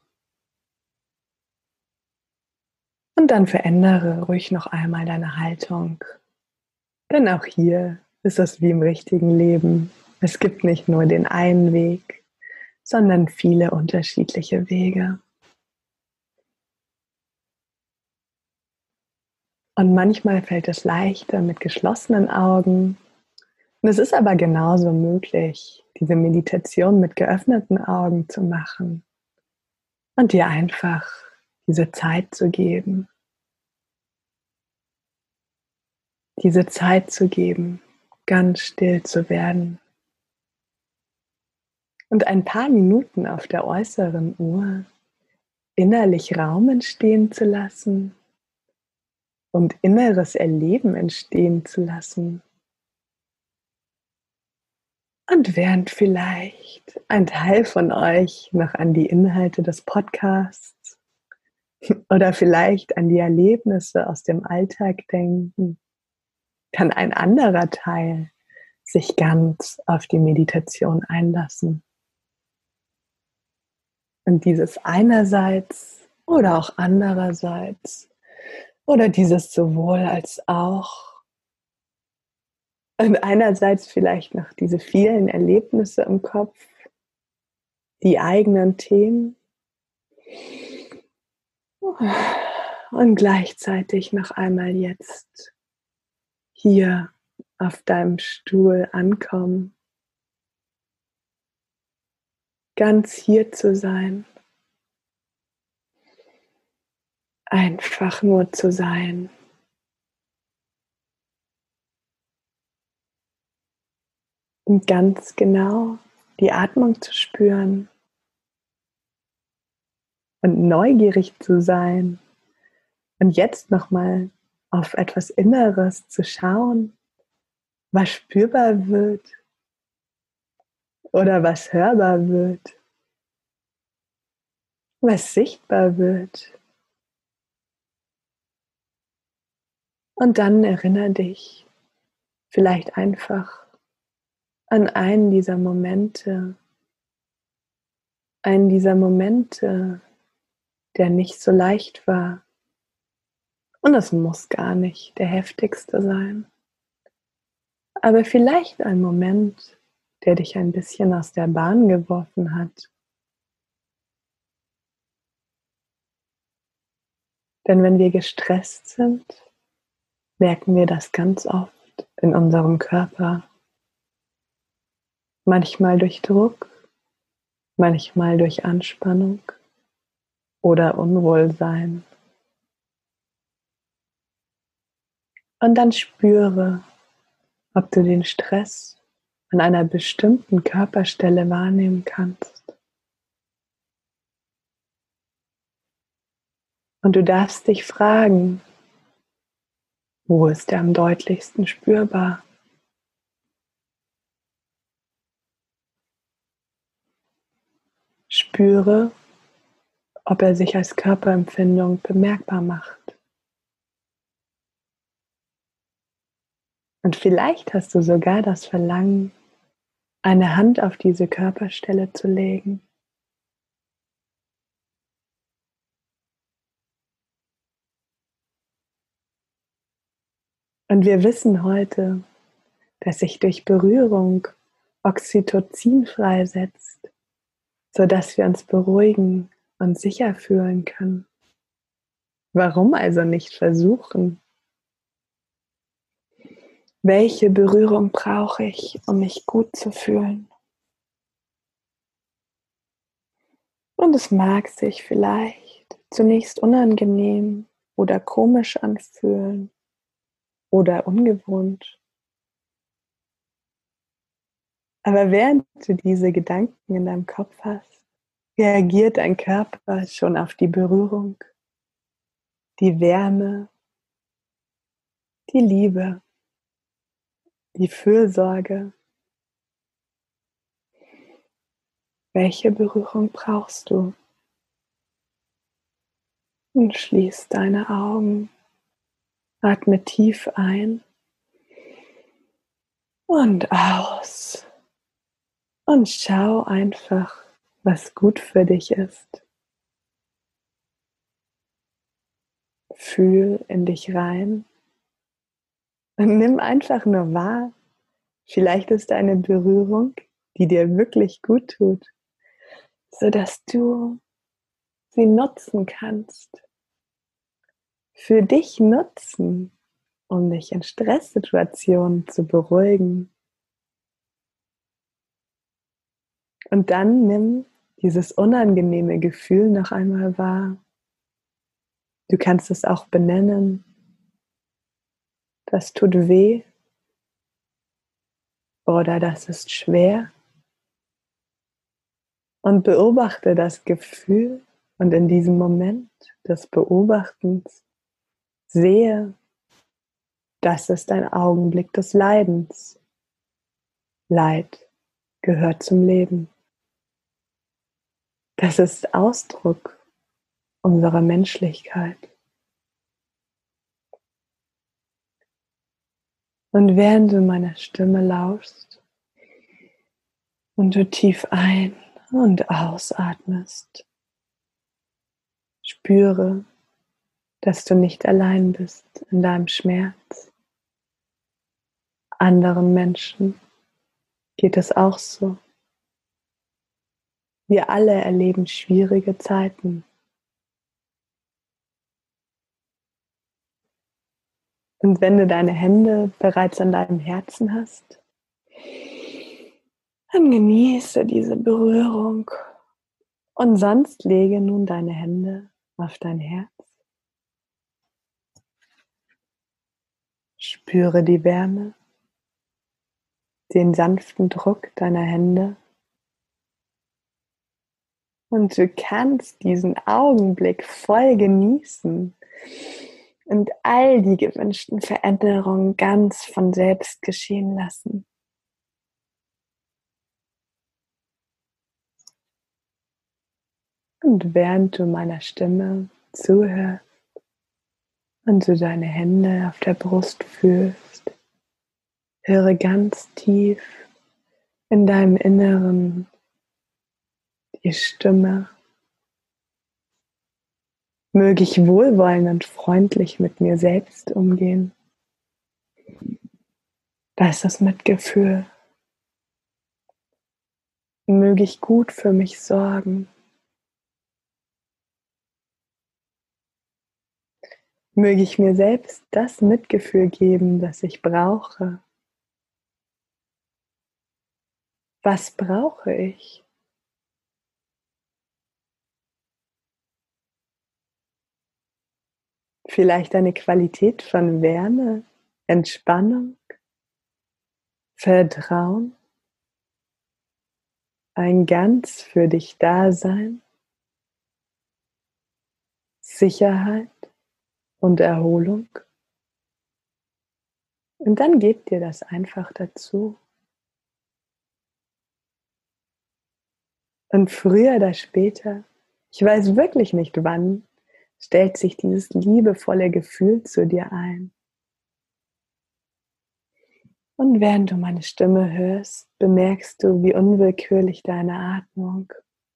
Und dann verändere ruhig noch einmal deine Haltung. Denn auch hier ist es wie im richtigen Leben. Es gibt nicht nur den einen Weg, sondern viele unterschiedliche Wege. Und manchmal fällt es leichter mit geschlossenen Augen. Und es ist aber genauso möglich, diese Meditation mit geöffneten Augen zu machen und dir einfach diese Zeit zu geben. Diese Zeit zu geben, ganz still zu werden. Und ein paar Minuten auf der äußeren Uhr innerlich Raum entstehen zu lassen und inneres Erleben entstehen zu lassen. Und während vielleicht ein Teil von euch noch an die Inhalte des Podcasts oder vielleicht an die Erlebnisse aus dem Alltag denken, kann ein anderer Teil sich ganz auf die Meditation einlassen. Und dieses einerseits oder auch andererseits oder dieses sowohl als auch. Und einerseits vielleicht noch diese vielen Erlebnisse im Kopf, die eigenen Themen und gleichzeitig noch einmal jetzt hier auf deinem Stuhl ankommen, ganz hier zu sein, einfach nur zu sein. Und ganz genau die Atmung zu spüren und neugierig zu sein und jetzt nochmal auf etwas Inneres zu schauen, was spürbar wird oder was hörbar wird, was sichtbar wird. Und dann erinnere dich vielleicht einfach an einen dieser Momente, der nicht so leicht war. Und es muss gar nicht der heftigste sein. Aber vielleicht ein Moment, der dich ein bisschen aus der Bahn geworfen hat. Denn wenn wir gestresst sind, merken wir das ganz oft in unserem Körper. Manchmal durch Druck, manchmal durch Anspannung oder Unwohlsein. Und dann spüre, ob du den Stress an einer bestimmten Körperstelle wahrnehmen kannst. Und du darfst dich fragen, wo ist er am deutlichsten spürbar? Spüre, ob er sich als Körperempfindung bemerkbar macht. Und vielleicht hast du sogar das Verlangen, eine Hand auf diese Körperstelle zu legen. Und wir wissen heute, dass sich durch Berührung Oxytocin freisetzt, sodass wir uns beruhigen und sicher fühlen können. Warum also nicht versuchen? Welche Berührung brauche ich, um mich gut zu fühlen? Und es mag sich vielleicht zunächst unangenehm oder komisch anfühlen oder ungewohnt. Aber während du diese Gedanken in deinem Kopf hast, reagiert dein Körper schon auf die Berührung, die Wärme, die Liebe, die Fürsorge. Welche Berührung brauchst du? Und schließ deine Augen, atme tief ein und aus und schau einfach, was gut für dich ist. Fühl in dich rein und nimm einfach nur wahr. Vielleicht ist eine Berührung, die dir wirklich gut tut, sodass du sie nutzen kannst. Für dich nutzen, um dich in Stresssituationen zu beruhigen. Und dann nimm dieses unangenehme Gefühl noch einmal wahr. Du kannst es auch benennen. Das tut weh oder das ist schwer. Und beobachte das Gefühl und in diesem Moment des Beobachtens sehe, das ist ein Augenblick des Leidens. Leid gehört zum Leben. Das ist Ausdruck unserer Menschlichkeit. Und während du meiner Stimme lauschst und du tief ein- und ausatmest, spüre, dass du nicht allein bist in deinem Schmerz. Anderen Menschen geht es auch so. Wir alle erleben schwierige Zeiten. Und wenn du deine Hände bereits an deinem Herzen hast, dann genieße diese Berührung und sonst lege nun deine Hände auf dein Herz. Spüre die Wärme, den sanften Druck deiner Hände und du kannst diesen Augenblick voll genießen und all die gewünschten Veränderungen ganz von selbst geschehen lassen. Und während du meiner Stimme zuhörst und du deine Hände auf der Brust fühlst, höre ganz tief in deinem Inneren die Stimme. Möge ich wohlwollend und freundlich mit mir selbst umgehen. Das ist Mitgefühl. Möge ich gut für mich sorgen. Möge ich mir selbst das Mitgefühl geben, das ich brauche. Was brauche ich? Vielleicht eine Qualität von Wärme, Entspannung, Vertrauen, ein ganz für dich Dasein, Sicherheit und Erholung. Und dann gib dir das einfach dazu. Und früher oder später, ich weiß wirklich nicht wann, stellt sich dieses liebevolle Gefühl zu dir ein. Und während du meine Stimme hörst, bemerkst du, wie unwillkürlich deine Atmung.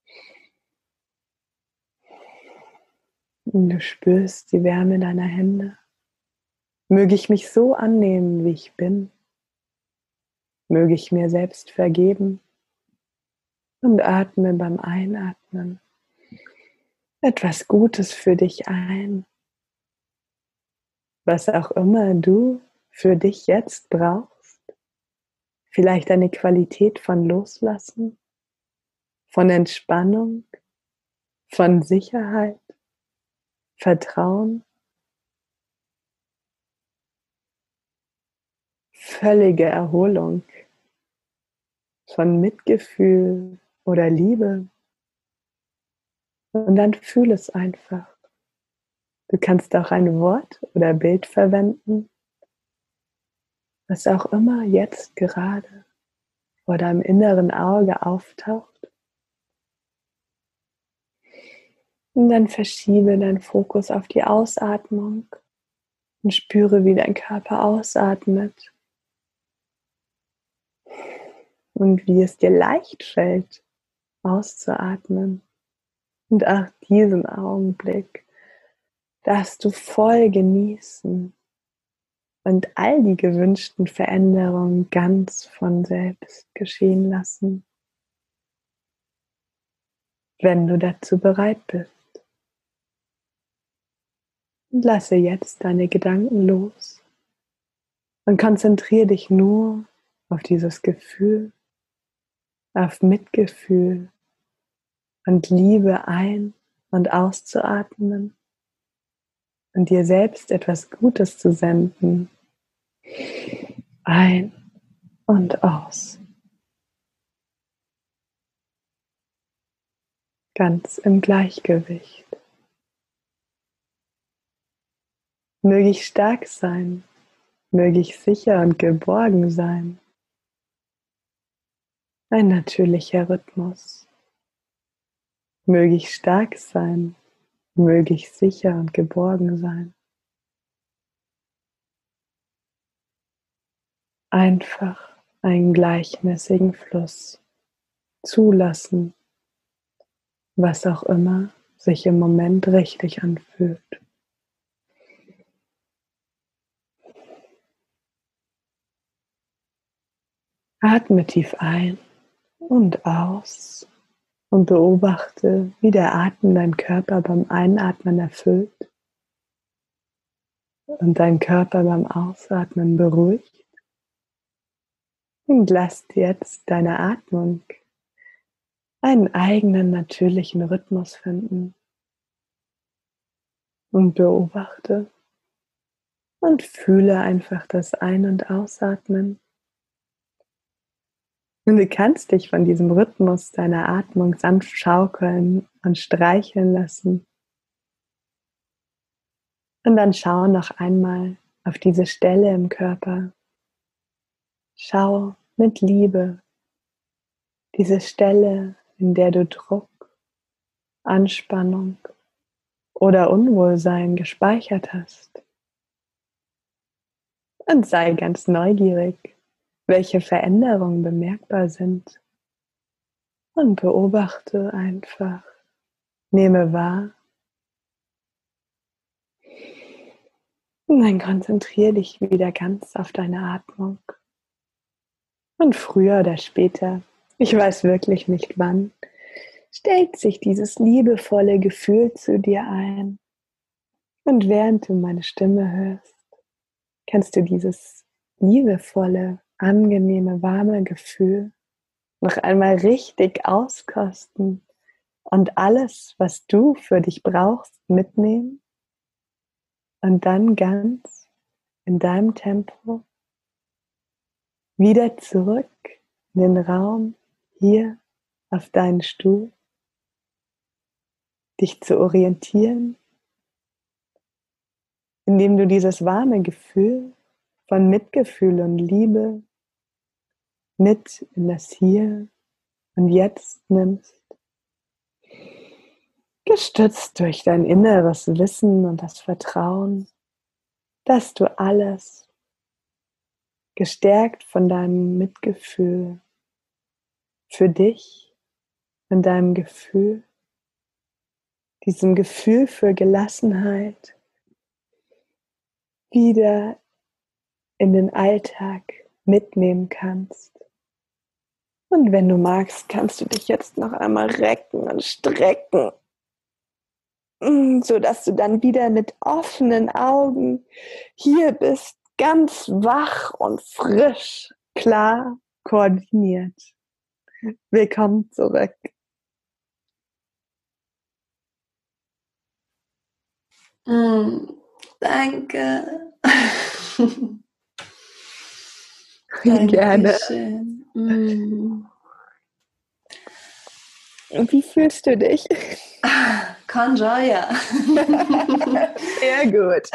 Und du spürst die Wärme deiner Hände. Möge ich mich so annehmen, wie ich bin. Möge ich mir selbst vergeben. Und atme beim Einatmen etwas Gutes für dich ein. Was auch immer du für dich jetzt brauchst. Vielleicht eine Qualität von Loslassen, von Entspannung, von Sicherheit, Vertrauen, völlige Erholung, von Mitgefühl oder Liebe. Und dann fühl es einfach. Du kannst auch ein Wort oder Bild verwenden, was auch immer jetzt gerade vor deinem inneren Auge auftaucht. Und dann verschiebe deinen Fokus auf die Ausatmung und spüre, wie dein Körper ausatmet und wie es dir leicht fällt, auszuatmen. Und auch diesen Augenblick darfst du voll genießen und all die gewünschten Veränderungen ganz von selbst geschehen lassen, wenn du dazu bereit bist. Und lasse jetzt deine Gedanken los und konzentriere dich nur auf dieses Gefühl, auf Mitgefühl und Liebe ein- und auszuatmen und dir selbst etwas Gutes zu senden. Ein und aus. Ganz im Gleichgewicht. Möge ich stark sein, möge ich sicher und geborgen sein. Ein natürlicher Rhythmus. Möge ich stark sein, möge ich sicher und geborgen sein. Einfach einen gleichmäßigen Fluss zulassen, was auch immer sich im Moment richtig anfühlt. Atme tief ein und aus und beobachte, wie der Atem deinen Körper beim Einatmen erfüllt und deinen Körper beim Ausatmen beruhigt. Und lass jetzt deine Atmung einen eigenen natürlichen Rhythmus finden und beobachte und fühle einfach das Ein- und Ausatmen. Und du kannst dich von diesem Rhythmus deiner Atmung sanft schaukeln und streicheln lassen. Und dann schau noch einmal auf diese Stelle im Körper. Schau mit Liebe diese Stelle, in der du Druck, Anspannung oder Unwohlsein gespeichert hast. Und sei ganz neugierig, welche Veränderungen bemerkbar sind. Und beobachte einfach, nehme wahr. Und dann konzentriere dich wieder ganz auf deine Atmung. Und früher oder später, ich weiß wirklich nicht wann, stellt sich dieses liebevolle Gefühl zu dir ein. Und während du meine Stimme hörst, kannst du dieses liebevolle, angenehme, warme Gefühl noch einmal richtig auskosten und alles, was du für dich brauchst, mitnehmen und dann ganz in deinem Tempo wieder zurück in den Raum, hier auf deinen Stuhl, dich zu orientieren, indem du dieses warme Gefühl von Mitgefühl und Liebe mit in das Hier und Jetzt nimmst, gestützt durch dein inneres Wissen und das Vertrauen, dass du alles, gestärkt von deinem Mitgefühl für dich und deinem Gefühl, diesem Gefühl für Gelassenheit, wieder in den Alltag mitnehmen kannst. Und wenn du magst, kannst du dich jetzt noch einmal recken und strecken, sodass du dann wieder mit offenen Augen hier bist, ganz wach und frisch, klar, koordiniert. Willkommen zurück. Danke. Gerne. Dankeschön. Wie fühlst du dich? Con Gioia. Sehr gut.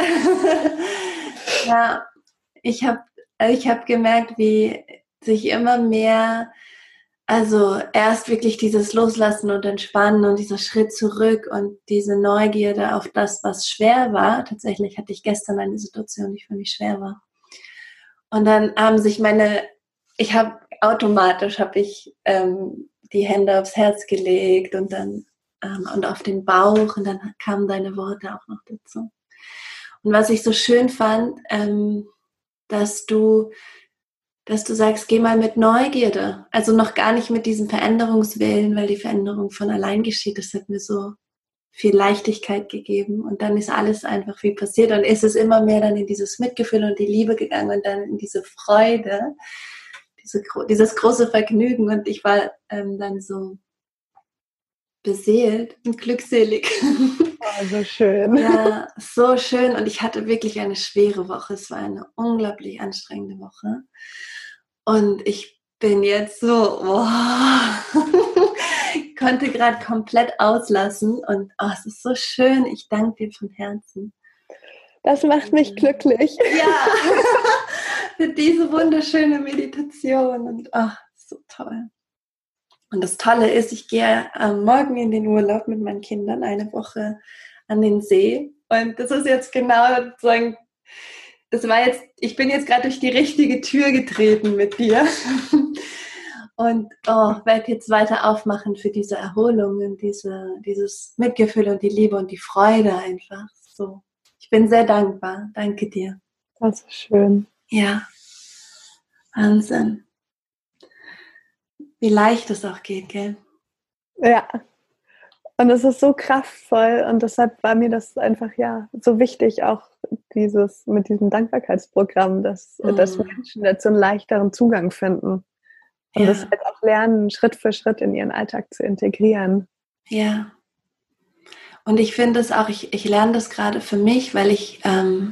Ja, ich hab gemerkt, wie sich immer mehr, also erst wirklich dieses Loslassen und Entspannen und dieser Schritt zurück und diese Neugierde auf das, was schwer war. Tatsächlich hatte ich gestern eine Situation, die für mich schwer war. Und dann haben sich habe ich die Hände aufs Herz gelegt und dann und auf den Bauch und dann kamen deine Worte auch noch dazu. Und was ich so schön fand, dass du, dass du sagst, geh mal mit Neugierde, also noch gar nicht mit diesem Veränderungswillen, weil die Veränderung von allein geschieht. Das hat mir so viel Leichtigkeit gegeben und dann ist alles einfach wie passiert und ist es immer mehr dann in dieses Mitgefühl und die Liebe gegangen und dann in diese Freude, dieses große Vergnügen und ich war dann so beseelt und glückselig. Oh, so schön. Ja, so schön und ich hatte wirklich eine schwere Woche. Es war eine unglaublich anstrengende Woche und ich bin jetzt so, konnte gerade komplett auslassen und es ist so schön. Ich danke dir von Herzen. Das macht mich glücklich. Ja, für diese wunderschöne Meditation und so toll. Und das Tolle ist, ich gehe am Morgen in den Urlaub mit meinen Kindern, eine Woche an den See. Und das ist jetzt genau sozusagen, ich bin jetzt gerade durch die richtige Tür getreten mit dir. Und werde jetzt weiter aufmachen für diese Erholung und dieses Mitgefühl und die Liebe und die Freude einfach. So. Ich bin sehr dankbar. Danke dir. Das ist schön. Ja, Wahnsinn. Wie leicht es auch geht, gell? Ja. Und es ist so kraftvoll und deshalb war mir das einfach so wichtig, auch mit diesem Dankbarkeitsprogramm, dass Menschen dazu einen leichteren Zugang finden und das halt auch lernen, Schritt für Schritt in ihren Alltag zu integrieren. Ja. Und ich finde es auch, ich lerne das gerade für mich, weil ich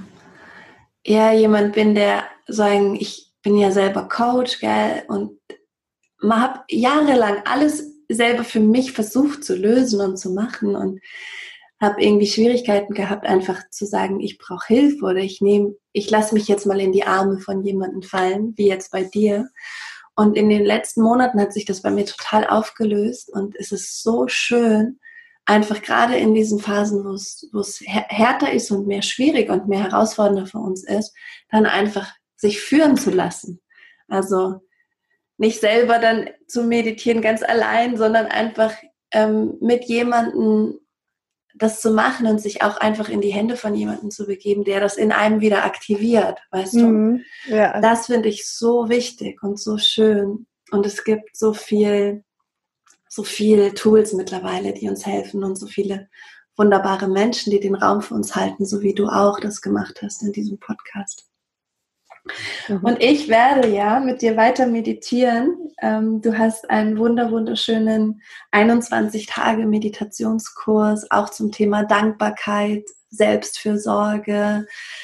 eher jemand bin, ich bin ja selber Coach, gell, und man hat jahrelang alles selber für mich versucht zu lösen und zu machen und habe irgendwie Schwierigkeiten gehabt, einfach zu sagen, ich brauche Hilfe oder ich lasse mich jetzt mal in die Arme von jemandem fallen, wie jetzt bei dir. Und in den letzten Monaten hat sich das bei mir total aufgelöst und es ist so schön, einfach gerade in diesen Phasen, wo es härter ist und mehr schwierig und mehr herausfordernder für uns ist, dann einfach sich führen zu lassen. Also nicht selber dann zu meditieren ganz allein, sondern einfach mit jemandem das zu machen und sich auch einfach in die Hände von jemandem zu begeben, der das in einem wieder aktiviert, weißt du? Ja. Das finde ich so wichtig und so schön. Und es gibt so viel Tools mittlerweile, die uns helfen und so viele wunderbare Menschen, die den Raum für uns halten, so wie du auch das gemacht hast in diesem Podcast. Und ich werde ja mit dir weiter meditieren. Du hast einen wunderschönen 21-Tage-Meditationskurs, auch zum Thema Dankbarkeit, Selbstfürsorge,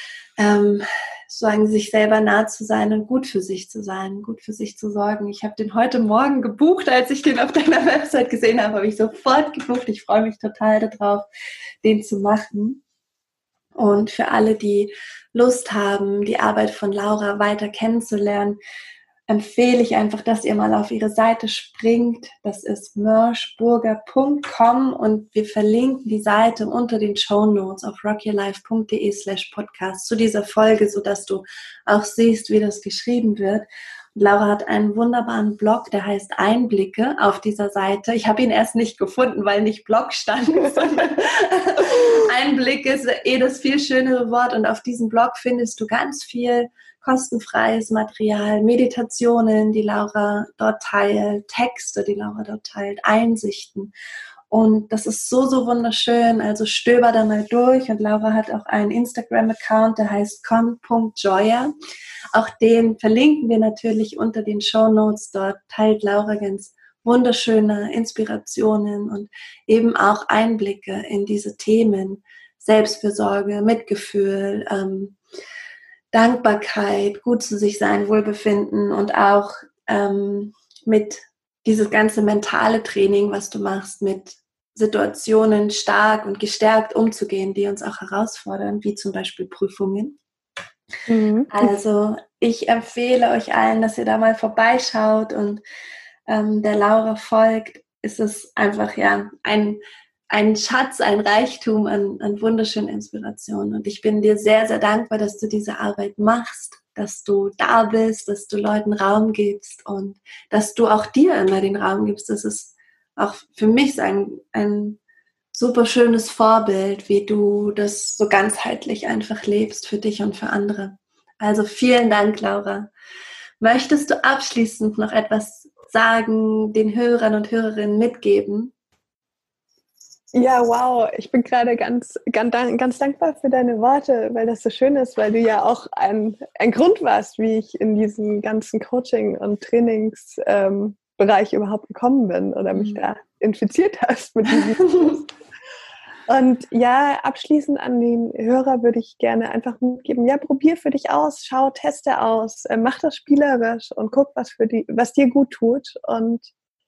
sozusagen sich selber nah zu sein und gut für sich zu sein, gut für sich zu sorgen. Ich habe den heute Morgen gebucht, als ich den auf deiner Website gesehen habe ich sofort gebucht. Ich freue mich total darauf, den zu machen. Und für alle, die Lust haben, die Arbeit von Laura weiter kennenzulernen, empfehle ich einfach, dass ihr mal auf ihre Seite springt. Das ist merschburger.com und wir verlinken die Seite unter den Shownotes auf rockyourlife.de/podcast zu dieser Folge, sodass du auch siehst, wie das geschrieben wird. Laura hat einen wunderbaren Blog, der heißt Einblicke auf dieser Seite. Ich habe ihn erst nicht gefunden, weil nicht Blog stand, sondern Einblicke ist das viel schönere Wort. Und auf diesem Blog findest du ganz viel kostenfreies Material, Meditationen, die Laura dort teilt, Texte, die Laura dort teilt, Einsichten. Und das ist so wunderschön, also stöber da mal durch. Und Laura hat auch einen Instagram-Account, der heißt con.joya. Auch den verlinken wir natürlich unter den Shownotes. Dort teilt Laura ganz wunderschöne Inspirationen und eben auch Einblicke in diese Themen. Selbstfürsorge, Mitgefühl, Dankbarkeit, gut zu sich sein, Wohlbefinden und auch mit dieses ganze mentale Training, was du machst, mit Situationen stark und gestärkt umzugehen, die uns auch herausfordern, wie zum Beispiel Prüfungen. Also ich empfehle euch allen, dass ihr da mal vorbeischaut und der Laura folgt. Ist es einfach ein Schatz, ein Reichtum an wunderschönen Inspirationen. Und ich bin dir sehr, sehr dankbar, dass du diese Arbeit machst, dass du da bist, dass du Leuten Raum gibst und dass du auch dir immer den Raum gibst. Das ist auch für mich ein super schönes Vorbild, wie du das so ganzheitlich einfach lebst für dich und für andere. Also vielen Dank, Laura. Möchtest du abschließend noch etwas sagen, den Hörern und Hörerinnen mitgeben? Ja, wow. Ich bin gerade ganz dankbar für deine Worte, weil das so schön ist, weil du ja auch ein Grund warst, wie ich in diesen ganzen Coaching- und Trainingsbereich überhaupt gekommen bin oder mich da infiziert hast mit diesem. Und ja, abschließend an den Hörer würde ich gerne einfach mitgeben, ja, probier für dich aus, schau, teste aus, mach das spielerisch und guck, was dir gut tut. Und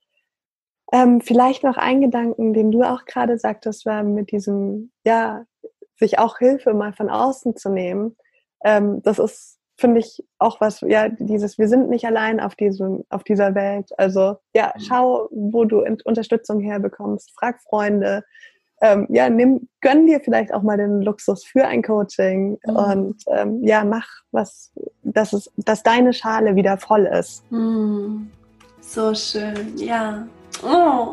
vielleicht noch ein Gedanken, den du auch gerade sagtest, war mit diesem, ja, sich auch Hilfe mal von außen zu nehmen. Das ist finde ich auch was, ja, wir sind nicht allein auf dieser Welt. Also ja, schau, wo du Unterstützung herbekommst, frag Freunde, gönn dir vielleicht auch mal den Luxus für ein Coaching und mach was, dass deine Schale wieder voll ist. So schön, ja. Oh.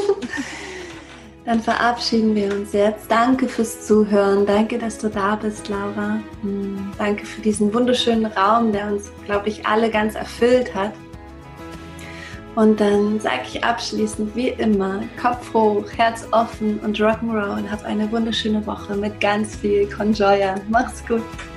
Dann verabschieden wir uns jetzt. Danke fürs Zuhören. Danke, dass du da bist, Laura. Danke für diesen wunderschönen Raum, der uns, glaube ich, alle ganz erfüllt hat. Und dann sage ich abschließend, wie immer, Kopf hoch, Herz offen und Rock'n'Roll. Hab eine wunderschöne Woche mit ganz viel Conjoya. Mach's gut.